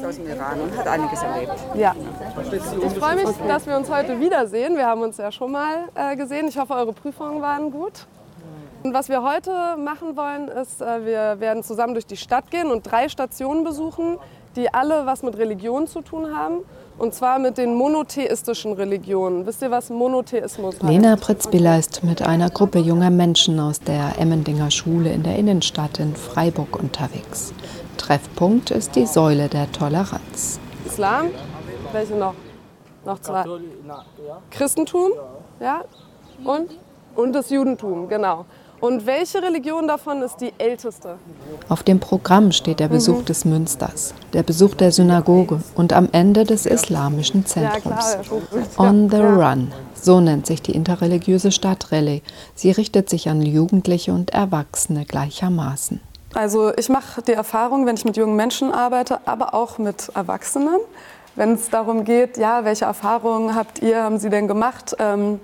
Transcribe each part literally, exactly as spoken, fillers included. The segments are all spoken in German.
aus dem Iran und hat einiges erlebt. Ja. Ich freue mich, dass wir uns heute wiedersehen. Wir haben uns ja schon mal äh, gesehen. Ich hoffe, eure Prüfungen waren gut. Und was wir heute machen wollen, ist, äh, wir werden zusammen durch die Stadt gehen und drei Stationen besuchen, die alle was mit Religion zu tun haben. Und zwar mit den monotheistischen Religionen. Wisst ihr, was Monotheismus heißt? Lena Pritzbiller ist mit einer Gruppe junger Menschen aus der Emmendinger Schule in der Innenstadt in Freiburg unterwegs. Treffpunkt ist die Säule der Toleranz. Islam, welche noch? Noch zwei. Christentum, ja, und? Und das Judentum, genau. Und welche Religion davon ist die älteste? Auf dem Programm steht der Besuch mhm. des Münsters, der Besuch der Synagoge und am Ende des islamischen Zentrums. Ja, On the Run, so nennt sich die interreligiöse Stadtrallye. Sie richtet sich an Jugendliche und Erwachsene gleichermaßen. Also ich mache die Erfahrung, wenn ich mit jungen Menschen arbeite, aber auch mit Erwachsenen. Wenn es darum geht, ja, welche Erfahrungen habt ihr, haben Sie denn gemacht ähm,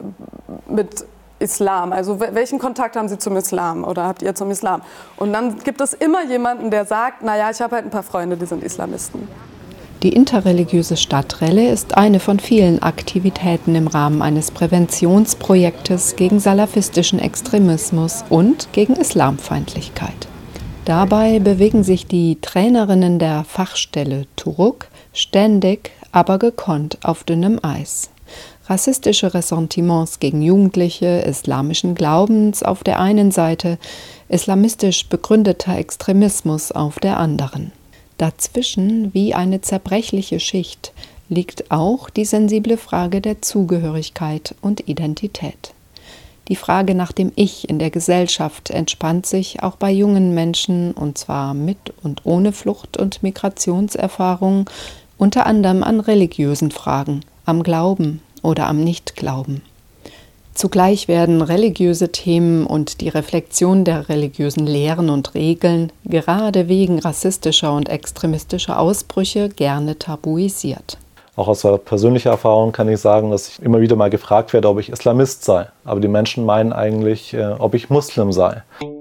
mit Islam, also welchen Kontakt haben Sie zum Islam oder habt ihr zum Islam? Und dann gibt es immer jemanden, der sagt, naja, ich habe halt ein paar Freunde, die sind Islamisten. Die interreligiöse Stadtrallye ist eine von vielen Aktivitäten im Rahmen eines Präventionsprojektes gegen salafistischen Extremismus und gegen Islamfeindlichkeit. Dabei bewegen sich die Trainerinnen der Fachstelle Turuk ständig, aber gekonnt auf dünnem Eis. Rassistische Ressentiments gegen Jugendliche islamischen Glaubens auf der einen Seite, islamistisch begründeter Extremismus auf der anderen. Dazwischen, wie eine zerbrechliche Schicht, liegt auch die sensible Frage der Zugehörigkeit und Identität. Die Frage nach dem Ich in der Gesellschaft entspannt sich auch bei jungen Menschen, und zwar mit und ohne Flucht- und Migrationserfahrung, unter anderem an religiösen Fragen, am Glauben oder am Nichtglauben. Zugleich werden religiöse Themen und die Reflexion der religiösen Lehren und Regeln gerade wegen rassistischer und extremistischer Ausbrüche gerne tabuisiert. Auch aus persönlicher Erfahrung kann ich sagen, dass ich immer wieder mal gefragt werde, ob ich Islamist sei. Aber die Menschen meinen eigentlich, äh, ob ich Muslim sei.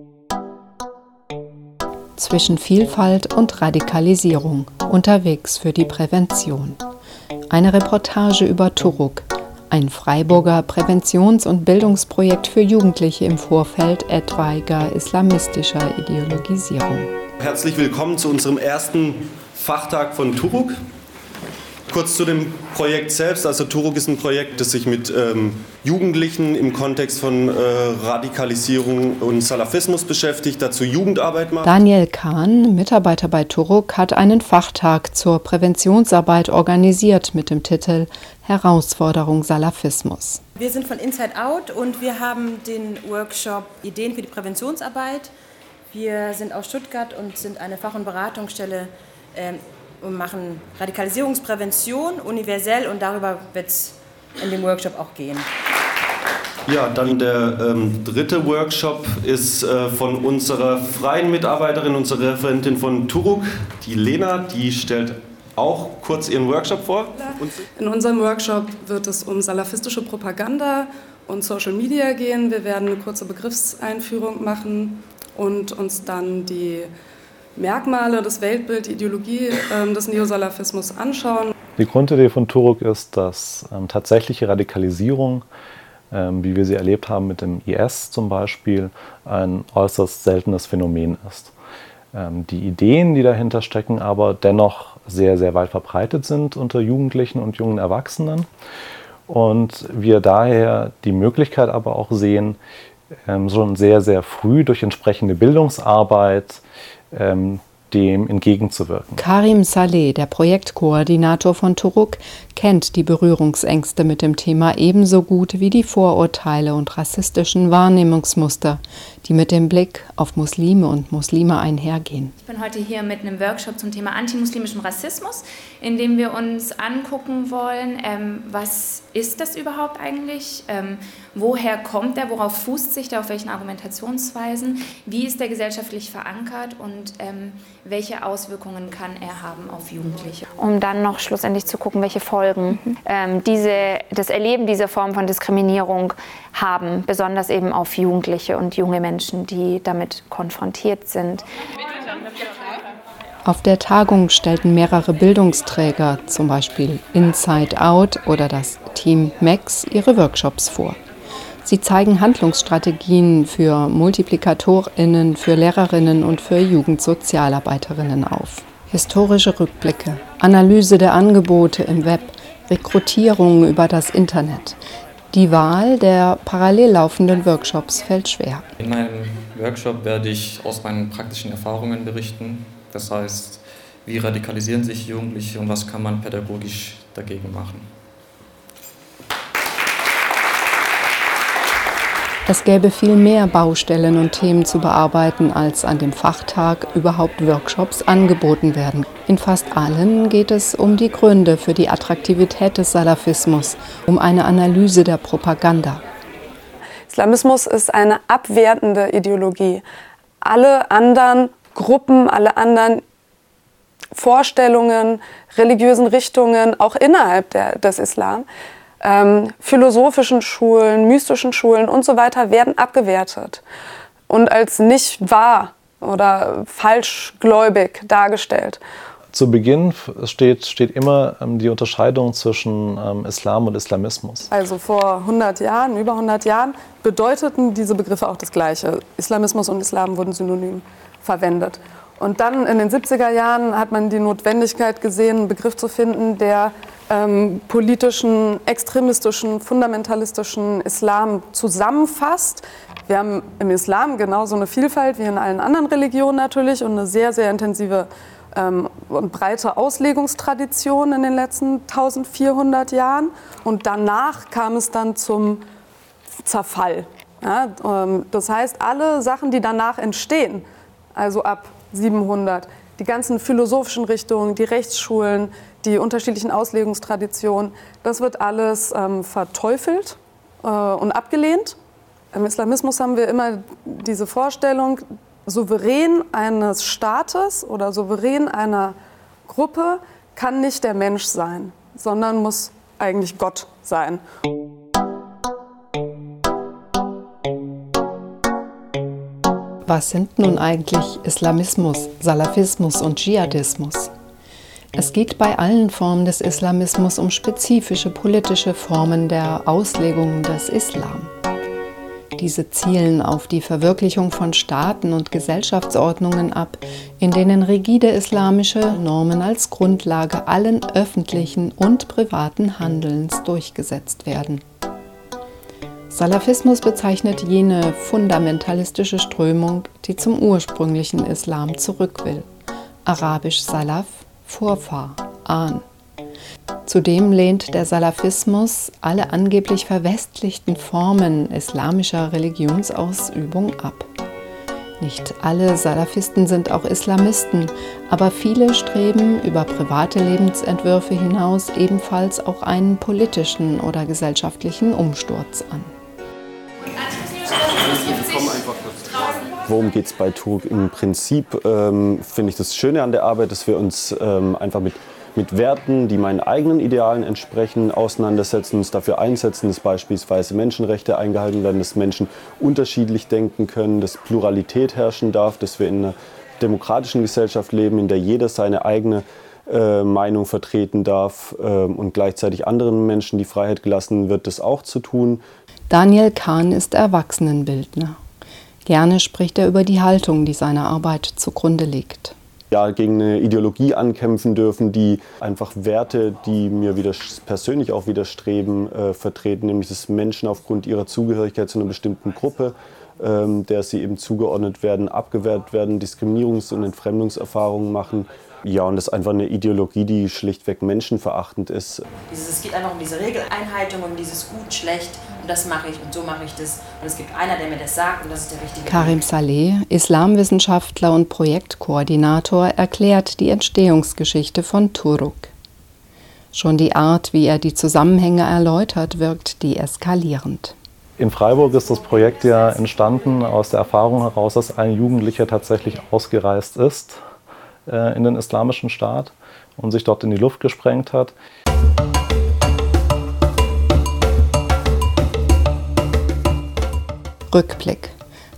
Zwischen Vielfalt und Radikalisierung, unterwegs für die Prävention. Eine Reportage über Turuk, ein Freiburger Präventions- und Bildungsprojekt für Jugendliche im Vorfeld etwaiger islamistischer Ideologisierung. Herzlich willkommen zu unserem ersten Fachtag von Turuk. Kurz zu dem Projekt selbst. Also Turuk ist ein Projekt, das sich mit ähm, Jugendlichen im Kontext von äh, Radikalisierung und Salafismus beschäftigt, dazu Jugendarbeit macht. Daniel Kahn, Mitarbeiter bei Turuk, hat einen Fachtag zur Präventionsarbeit organisiert mit dem Titel Herausforderung Salafismus. Wir sind von Inside Out und wir haben den Workshop Ideen für die Präventionsarbeit. Wir sind aus Stuttgart und sind eine Fach- und Beratungsstelle ähm, und machen Radikalisierungsprävention universell und darüber wird es in dem Workshop auch gehen. Ja, dann der ähm, dritte Workshop ist äh, von unserer freien Mitarbeiterin, unserer Referentin von Turuk, die Lena, die stellt auch kurz ihren Workshop vor. In unserem Workshop wird es um salafistische Propaganda und Social Media gehen. Wir werden eine kurze Begriffseinführung machen und uns dann die Merkmale, das Weltbild, die Ideologie ähm, des Neosalafismus anschauen. Die Grundidee von Turuk ist, dass ähm, tatsächliche Radikalisierung, ähm, wie wir sie erlebt haben mit dem I S zum Beispiel, ein äußerst seltenes Phänomen ist. Ähm, die Ideen, die dahinter stecken, aber dennoch sehr, sehr weit verbreitet sind unter Jugendlichen und jungen Erwachsenen. Und wir daher die Möglichkeit aber auch sehen, ähm, schon sehr, sehr früh durch entsprechende Bildungsarbeit ähm, dem entgegenzuwirken. Karim Saleh, der Projektkoordinator von Turuk, kennt die Berührungsängste mit dem Thema ebenso gut wie die Vorurteile und rassistischen Wahrnehmungsmuster, die mit dem Blick auf Muslime und Muslime einhergehen. Ich bin heute hier mit einem Workshop zum Thema antimuslimischem Rassismus, in dem wir uns angucken wollen, ähm, was ist das überhaupt eigentlich, ähm, woher kommt der, worauf fußt sich der, auf welchen Argumentationsweisen, wie ist der gesellschaftlich verankert und ähm, welche Auswirkungen kann er haben auf Jugendliche. Um dann noch schlussendlich zu gucken, welche Folgen mhm. ähm, diese, das Erleben dieser Form von Diskriminierung haben, besonders eben auf Jugendliche und junge Menschen, die damit konfrontiert sind. Auf der Tagung stellten mehrere Bildungsträger, zum Beispiel Inside Out oder das Team Max, ihre Workshops vor. Sie zeigen Handlungsstrategien für MultiplikatorInnen, für Lehrerinnen und für Jugendsozialarbeiterinnen auf. Historische Rückblicke, Analyse der Angebote im Web, Rekrutierung über das Internet. Die Wahl der parallel laufenden Workshops fällt schwer. In meinem Workshop werde ich aus meinen praktischen Erfahrungen berichten. Das heißt, wie radikalisieren sich Jugendliche und was kann man pädagogisch dagegen machen. Es gäbe viel mehr Baustellen und Themen zu bearbeiten, als an dem Fachtag überhaupt Workshops angeboten werden. In fast allen geht es um die Gründe für die Attraktivität des Salafismus, um eine Analyse der Propaganda. Islamismus ist eine abwertende Ideologie. Alle anderen Gruppen, alle anderen Vorstellungen, religiösen Richtungen, auch innerhalb der, des Islam, Ähm, philosophischen Schulen, mystischen Schulen und so weiter werden abgewertet und als nicht wahr oder falschgläubig dargestellt. Zu Beginn steht, steht immer ähm, die Unterscheidung zwischen ähm, Islam und Islamismus. Also vor hundert Jahren, über hundert Jahren, bedeuteten diese Begriffe auch das Gleiche. Islamismus und Islam wurden synonym verwendet. Und dann in den siebziger Jahren hat man die Notwendigkeit gesehen, einen Begriff zu finden, der ähm, politischen, extremistischen, fundamentalistischen Islam zusammenfasst. Wir haben im Islam genauso eine Vielfalt wie in allen anderen Religionen natürlich und eine sehr, sehr intensive ähm, und breite Auslegungstradition in den letzten eintausendvierhundert Jahren. Und danach kam es dann zum Zerfall. Ja, ähm, das heißt, alle Sachen, die danach entstehen, also ab siebenhundert, die ganzen philosophischen Richtungen, die Rechtsschulen, die unterschiedlichen Auslegungstraditionen, das wird alles ähm, verteufelt äh, und abgelehnt. Im Islamismus haben wir immer diese Vorstellung, Souverän eines Staates oder Souverän einer Gruppe kann nicht der Mensch sein, sondern muss eigentlich Gott sein. Was sind nun eigentlich Islamismus, Salafismus und Dschihadismus? Es geht bei allen Formen des Islamismus um spezifische politische Formen der Auslegung des Islam. Diese zielen auf die Verwirklichung von Staaten und Gesellschaftsordnungen ab, in denen rigide islamische Normen als Grundlage allen öffentlichen und privaten Handelns durchgesetzt werden. Salafismus bezeichnet jene fundamentalistische Strömung, die zum ursprünglichen Islam zurück will. Arabisch Salaf, Vorfahr, Ahn. Zudem lehnt der Salafismus alle angeblich verwestlichten Formen islamischer Religionsausübung ab. Nicht alle Salafisten sind auch Islamisten, aber viele streben über private Lebensentwürfe hinaus ebenfalls auch einen politischen oder gesellschaftlichen Umsturz an. Worum geht es bei Turuk? Im Prinzip ähm, finde ich das Schöne an der Arbeit, dass wir uns ähm, einfach mit, mit Werten, die meinen eigenen Idealen entsprechen, auseinandersetzen, uns dafür einsetzen, dass beispielsweise Menschenrechte eingehalten werden, dass Menschen unterschiedlich denken können, dass Pluralität herrschen darf, dass wir in einer demokratischen Gesellschaft leben, in der jeder seine eigene äh, Meinung vertreten darf äh, und gleichzeitig anderen Menschen die Freiheit gelassen wird, das auch zu tun. Daniel Kahn ist Erwachsenenbildner. Gerne spricht er über die Haltung, die seiner Arbeit zugrunde liegt. Ja, gegen eine Ideologie ankämpfen dürfen, die einfach Werte, die mir wieder persönlich auch widerstreben, äh, vertreten, nämlich dass Menschen aufgrund ihrer Zugehörigkeit zu einer bestimmten Gruppe, ähm, der sie eben zugeordnet werden, abgewehrt werden, Diskriminierungs- und Entfremdungserfahrungen machen. Ja, und das ist einfach eine Ideologie, die schlichtweg menschenverachtend ist. Es geht einfach um diese Regeleinhaltung, um dieses Gut, Schlecht und das mache ich und so mache ich das. Und es gibt einer, der mir das sagt und das ist der richtige Karim Saleh, Islamwissenschaftler und Projektkoordinator, erklärt die Entstehungsgeschichte von Turuk. Schon die Art, wie er die Zusammenhänge erläutert, wirkt deeskalierend. In Freiburg ist das Projekt ja entstanden aus der Erfahrung heraus, dass ein Jugendlicher tatsächlich ausgereist ist in den islamischen Staat und sich dort in die Luft gesprengt hat. Rückblick. Am siebten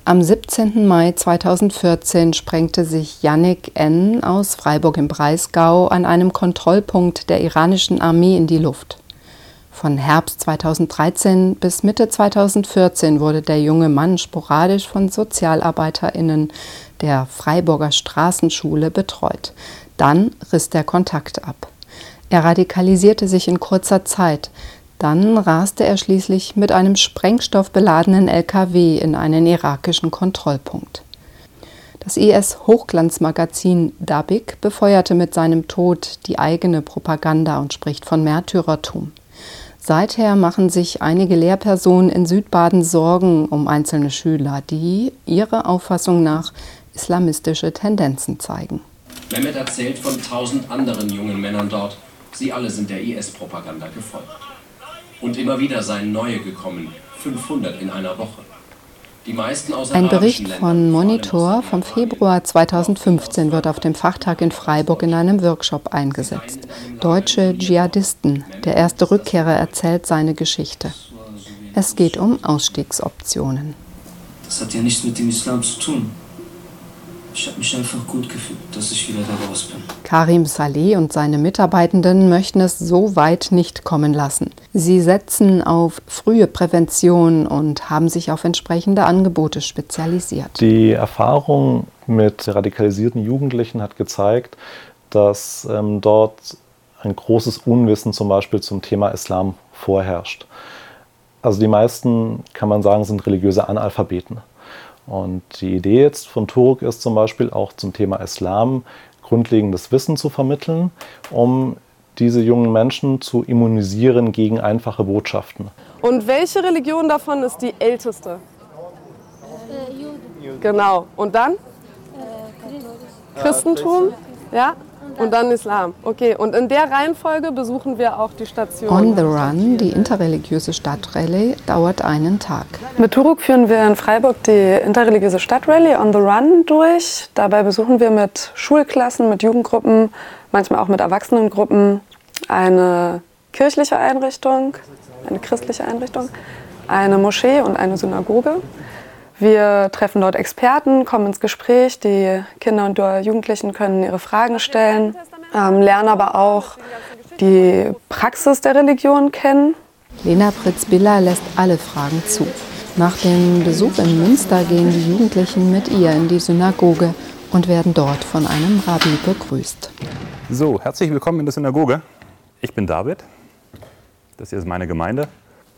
siebzehnten Mai zweitausendvierzehn sprengte sich Yannick N. aus Freiburg im Breisgau an einem Kontrollpunkt der iranischen Armee in die Luft. Von Herbst zweitausenddreizehn bis Mitte zweitausendvierzehn wurde der junge Mann sporadisch von SozialarbeiterInnen der Freiburger Straßenschule betreut. Dann riss der Kontakt ab. Er radikalisierte sich in kurzer Zeit. Dann raste er schließlich mit einem sprengstoffbeladenen L K W in einen irakischen Kontrollpunkt. Das I S-Hochglanzmagazin Dabik befeuerte mit seinem Tod die eigene Propaganda und spricht von Märtyrertum. Seither machen sich einige Lehrpersonen in Südbaden Sorgen um einzelne Schüler, die ihrer Auffassung nach islamistische Tendenzen zeigen. Mehmet erzählt von tausend anderen jungen Männern dort. Sie alle sind der I S-Propaganda gefolgt. Und immer wieder seien neue gekommen, fünfhundert in einer Woche. Die meisten aus Ein Bericht von Monitor vom Februar zweitausendfünfzehn wird auf dem Fachtag in Freiburg in einem Workshop eingesetzt. Deutsche Dschihadisten, der erste Rückkehrer, erzählt seine Geschichte. Es geht um Ausstiegsoptionen. Das hat ja nichts mit dem Islam zu tun. Ich habe mich einfach gut gefühlt, dass ich wieder da raus bin. Karim Saleh und seine Mitarbeitenden möchten es so weit nicht kommen lassen. Sie setzen auf frühe Prävention und haben sich auf entsprechende Angebote spezialisiert. Die Erfahrung mit radikalisierten Jugendlichen hat gezeigt, dass ähm, dort ein großes Unwissen zum Beispiel zum Thema Islam vorherrscht. Also die meisten, kann man sagen, sind religiöse Analphabeten. Und die Idee jetzt von Turuk ist zum Beispiel auch zum Thema Islam grundlegendes Wissen zu vermitteln, um diese jungen Menschen zu immunisieren gegen einfache Botschaften. Und welche Religion davon ist die älteste? Äh, Juden. Genau. Und dann? Äh, Christentum? Ja? Und dann Islam. Okay, und in der Reihenfolge besuchen wir auch die Station. On the Run, die interreligiöse Stadtrallye, dauert einen Tag. Mit Turuk führen wir in Freiburg die interreligiöse Stadtrallye On the Run durch. Dabei besuchen wir mit Schulklassen, mit Jugendgruppen, manchmal auch mit Erwachsenengruppen eine kirchliche Einrichtung, eine christliche Einrichtung, eine Moschee und eine Synagoge. Wir treffen dort Experten, kommen ins Gespräch, die Kinder und Jugendlichen können ihre Fragen stellen, ähm, lernen aber auch die Praxis der Religion kennen. Lena Pritz-Biller lässt alle Fragen zu. Nach dem Besuch in Münster gehen die Jugendlichen mit ihr in die Synagoge und werden dort von einem Rabbi begrüßt. So, herzlich willkommen in der Synagoge. Ich bin David, das hier ist meine Gemeinde.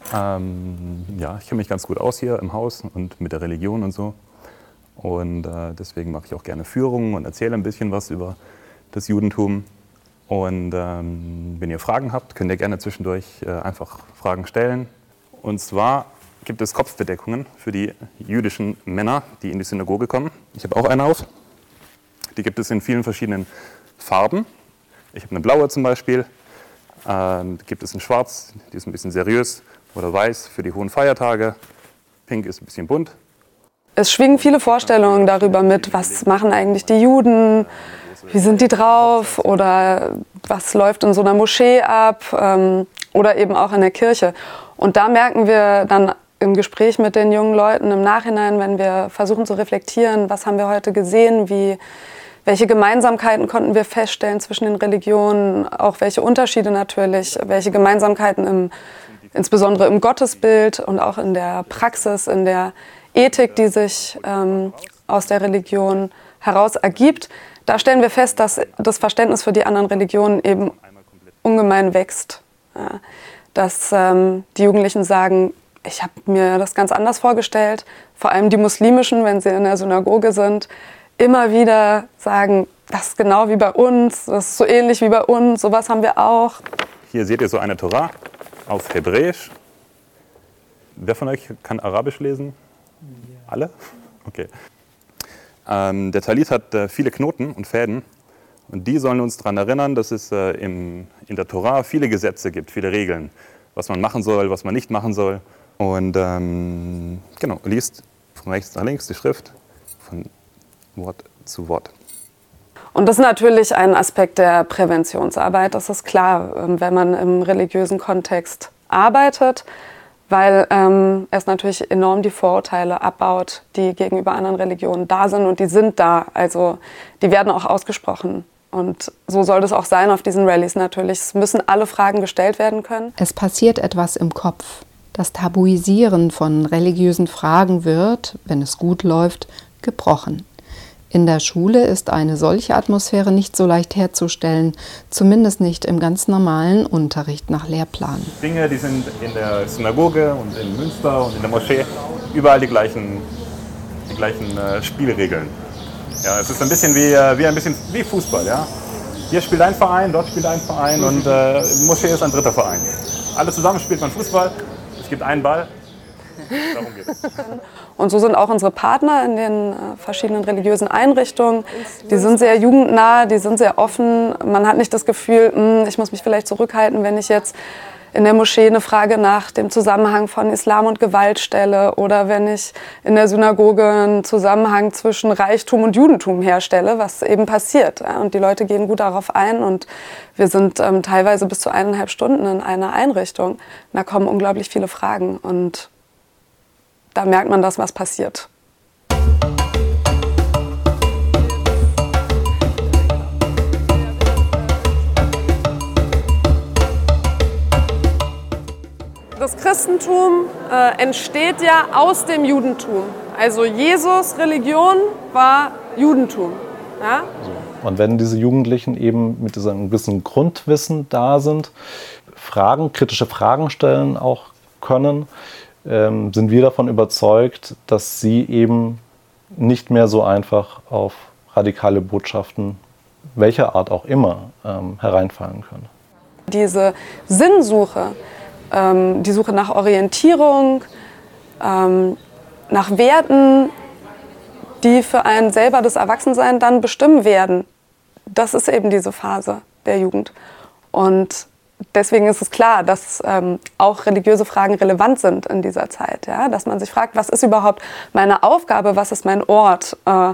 Ähm, ja, ich kenne mich ganz gut aus hier im Haus und mit der Religion und so. Und äh, deswegen mache ich auch gerne Führungen und erzähle ein bisschen was über das Judentum. Und ähm, wenn ihr Fragen habt, könnt ihr gerne zwischendurch äh, einfach Fragen stellen. Und zwar gibt es Kopfbedeckungen für die jüdischen Männer, die in die Synagoge kommen. Ich habe auch eine auf. Die gibt es in vielen verschiedenen Farben. Ich habe eine blaue zum Beispiel. Ähm, die gibt es in schwarz, die ist ein bisschen seriös. Oder weiß für die hohen Feiertage. Pink ist ein bisschen bunt. Es schwingen viele Vorstellungen darüber mit, was machen eigentlich die Juden, wie sind die drauf oder was läuft in so einer Moschee ab ähm, oder eben auch in der Kirche. Und da merken wir dann im Gespräch mit den jungen Leuten im Nachhinein, wenn wir versuchen zu reflektieren, was haben wir heute gesehen, wie, welche Gemeinsamkeiten konnten wir feststellen zwischen den Religionen, auch welche Unterschiede natürlich, welche Gemeinsamkeiten im insbesondere im Gottesbild und auch in der Praxis, in der Ethik, die sich ähm, aus der Religion heraus ergibt. Da stellen wir fest, dass das Verständnis für die anderen Religionen eben ungemein wächst. Ja, dass ähm, die Jugendlichen sagen, ich habe mir das ganz anders vorgestellt. Vor allem die muslimischen, wenn sie in der Synagoge sind, immer wieder sagen, das ist genau wie bei uns, das ist so ähnlich wie bei uns, sowas haben wir auch. Hier seht ihr so eine Torah auf Hebräisch. Wer von euch kann Arabisch lesen? Ja. Alle? Okay. Ähm, der Talit hat äh, viele Knoten und Fäden und die sollen uns daran erinnern, dass es äh, im, in der Torah viele Gesetze gibt, viele Regeln, was man machen soll, was man nicht machen soll. Und ähm, genau, liest von rechts nach links die Schrift, von Wort zu Wort. Und das ist natürlich ein Aspekt der Präventionsarbeit, das ist klar, wenn man im religiösen Kontext arbeitet, weil ähm, es natürlich enorm die Vorurteile abbaut, die gegenüber anderen Religionen da sind und die sind da, also die werden auch ausgesprochen. Und so soll das auch sein auf diesen Rallyes natürlich. Es müssen alle Fragen gestellt werden können. Es passiert etwas im Kopf. Das Tabuisieren von religiösen Fragen wird, wenn es gut läuft, gebrochen. In der Schule ist eine solche Atmosphäre nicht so leicht herzustellen, zumindest nicht im ganz normalen Unterricht nach Lehrplan. Dinge, die sind in der Synagoge und in Münster und in der Moschee überall die gleichen, die gleichen äh, Spielregeln. Ja, es ist ein bisschen wie, wie, ein bisschen wie Fußball. Ja? Hier spielt ein Verein, dort spielt ein Verein und äh, Moschee ist ein dritter Verein. Alle zusammen spielt man Fußball, es gibt einen Ball. Darum geht es. Und so sind auch unsere Partner in den äh, verschiedenen religiösen Einrichtungen. Die sind sehr jugendnah, die sind sehr offen. Man hat nicht das Gefühl, mh, ich muss mich vielleicht zurückhalten, wenn ich jetzt in der Moschee eine Frage nach dem Zusammenhang von Islam und Gewalt stelle oder wenn ich in der Synagoge einen Zusammenhang zwischen Reichtum und Judentum herstelle, was eben passiert. Ja? Und die Leute gehen gut darauf ein und wir sind ähm, teilweise bis zu eineinhalb Stunden in einer Einrichtung. Und da kommen unglaublich viele Fragen und da merkt man, dass was passiert. Das Christentum äh, entsteht ja aus dem Judentum. Also Jesus, Religion war Judentum. Ja? Und wenn diese Jugendlichen eben mit diesem gewissen Grundwissen da sind, Fragen, kritische Fragen stellen auch können, ähm, sind wir davon überzeugt, dass sie eben nicht mehr so einfach auf radikale Botschaften, welcher Art auch immer, ähm, hereinfallen können. Diese Sinnsuche, ähm, die Suche nach Orientierung, ähm, nach Werten, die für einen selber das Erwachsensein dann bestimmen werden, das ist eben diese Phase der Jugend. Und deswegen ist es klar, dass ähm, auch religiöse Fragen relevant sind in dieser Zeit. Ja? Dass man sich fragt, was ist überhaupt meine Aufgabe, was ist mein Ort, äh,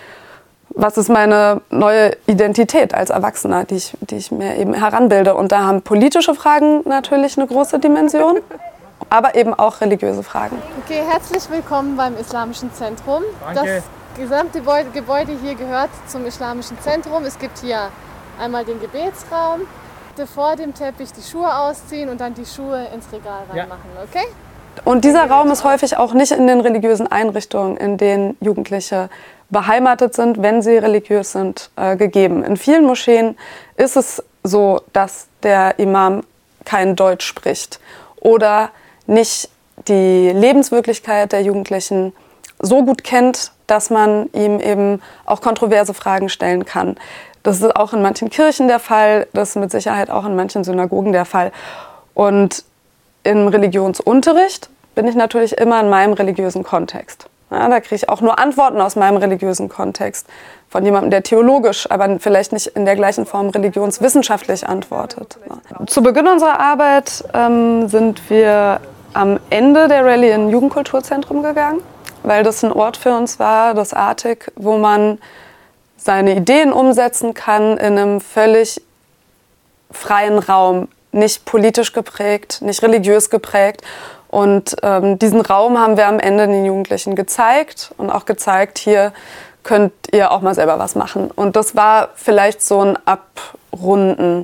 was ist meine neue Identität als Erwachsener, die ich, die ich mir eben heranbilde. Und da haben politische Fragen natürlich eine große Dimension, aber eben auch religiöse Fragen. Okay, herzlich willkommen beim Islamischen Zentrum. Danke. Das gesamte Gebäude hier gehört zum Islamischen Zentrum. Es gibt hier einmal den Gebetsraum, vor dem Teppich die Schuhe ausziehen und dann die Schuhe ins Regal reinmachen, okay? Und dieser Raum ist häufig auch nicht in den religiösen Einrichtungen, in denen Jugendliche beheimatet sind, wenn sie religiös sind, äh, gegeben. In vielen Moscheen ist es so, dass der Imam kein Deutsch spricht oder nicht die Lebenswirklichkeit der Jugendlichen so gut kennt, dass man ihm eben auch kontroverse Fragen stellen kann. Das ist auch in manchen Kirchen der Fall, das ist mit Sicherheit auch in manchen Synagogen der Fall. Und im Religionsunterricht bin ich natürlich immer in meinem religiösen Kontext. Ja, da kriege ich auch nur Antworten aus meinem religiösen Kontext von jemandem, der theologisch, aber vielleicht nicht in der gleichen Form religionswissenschaftlich antwortet. Ja. Zu Beginn unserer Arbeit ähm, sind wir am Ende der Rallye in ein Jugendkulturzentrum gegangen, weil das ein Ort für uns war, das Artig, wo man seine Ideen umsetzen kann in einem völlig freien Raum, nicht politisch geprägt, nicht religiös geprägt. Und ähm, diesen Raum haben wir am Ende den Jugendlichen gezeigt und auch gezeigt, hier könnt ihr auch mal selber was machen. Und das war vielleicht so ein Abrunden.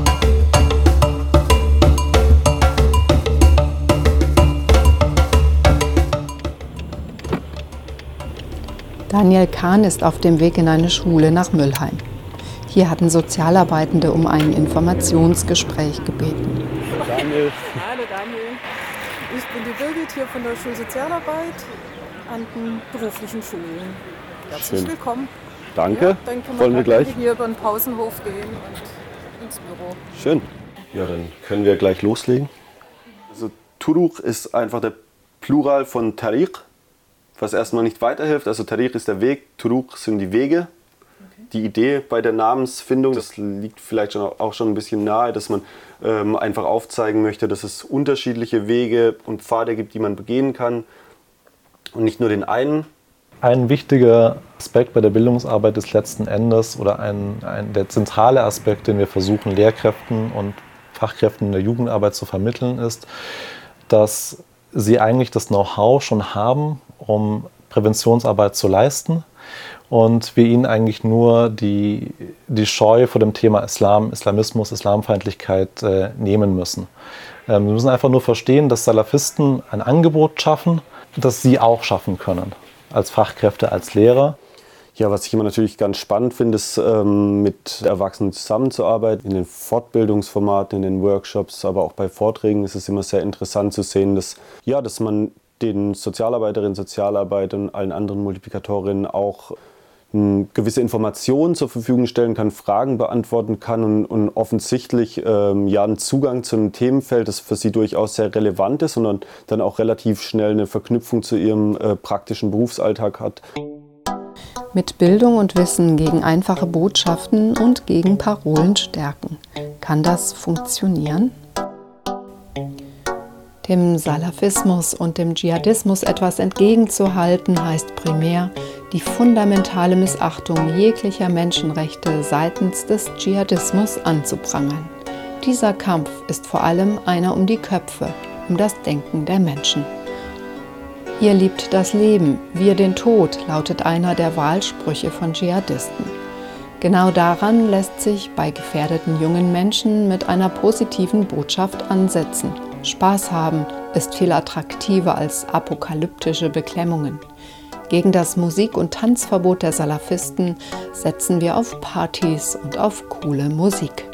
Daniel Kahn ist auf dem Weg in eine Schule nach Müllheim. Hier hatten Sozialarbeitende um ein Informationsgespräch gebeten. Daniel. Hallo Daniel, ich bin die Birgit hier von der Schulsozialarbeit an den beruflichen Schulen. Herzlich Schön. willkommen. Danke. Ja, dann können Wollen wir gleich? hier über den Pausenhof gehen und ins Büro. Schön. Ja, dann können wir gleich loslegen. Also Turuq ist einfach der Plural von Tariq, was erstmal nicht weiterhilft. Also Tariq ist der Weg, Turuq sind die Wege. Okay. Die Idee bei der Namensfindung, das liegt vielleicht schon, auch schon ein bisschen nahe, dass man ähm, einfach aufzeigen möchte, dass es unterschiedliche Wege und Pfade gibt, die man begehen kann und nicht nur den einen. Ein wichtiger Aspekt bei der Bildungsarbeit ist letzten Endes oder ein, ein, der zentrale Aspekt, den wir versuchen, Lehrkräften und Fachkräften in der Jugendarbeit zu vermitteln, ist, dass sie eigentlich das Know-how schon haben, um Präventionsarbeit zu leisten und wir ihnen eigentlich nur die, die Scheu vor dem Thema Islam, Islamismus, Islamfeindlichkeit äh, nehmen müssen. Ähm, wir müssen einfach nur verstehen, dass Salafisten ein Angebot schaffen, das sie auch schaffen können, als Fachkräfte, als Lehrer. Ja, was ich immer natürlich ganz spannend finde, ist ähm, mit Erwachsenen zusammenzuarbeiten. In den Fortbildungsformaten, in den Workshops, aber auch bei Vorträgen ist es immer sehr interessant zu sehen, dass, ja, dass man den Sozialarbeiterinnen, Sozialarbeitern und allen anderen Multiplikatorinnen auch ähm, gewisse Informationen zur Verfügung stellen kann, Fragen beantworten kann und, und offensichtlich ähm, ja, einen Zugang zu einem Themenfeld, das für sie durchaus sehr relevant ist und dann, dann auch relativ schnell eine Verknüpfung zu ihrem äh, praktischen Berufsalltag hat. Mit Bildung und Wissen gegen einfache Botschaften und gegen Parolen stärken. Kann das funktionieren? Dem Salafismus und dem Dschihadismus etwas entgegenzuhalten, heißt primär, die fundamentale Missachtung jeglicher Menschenrechte seitens des Dschihadismus anzuprangern. Dieser Kampf ist vor allem einer um die Köpfe, um das Denken der Menschen. Ihr liebt das Leben, wir den Tod, lautet einer der Wahlsprüche von Dschihadisten. Genau daran lässt sich bei gefährdeten jungen Menschen mit einer positiven Botschaft ansetzen. Spaß haben ist viel attraktiver als apokalyptische Beklemmungen. Gegen das Musik- und Tanzverbot der Salafisten setzen wir auf Partys und auf coole Musik.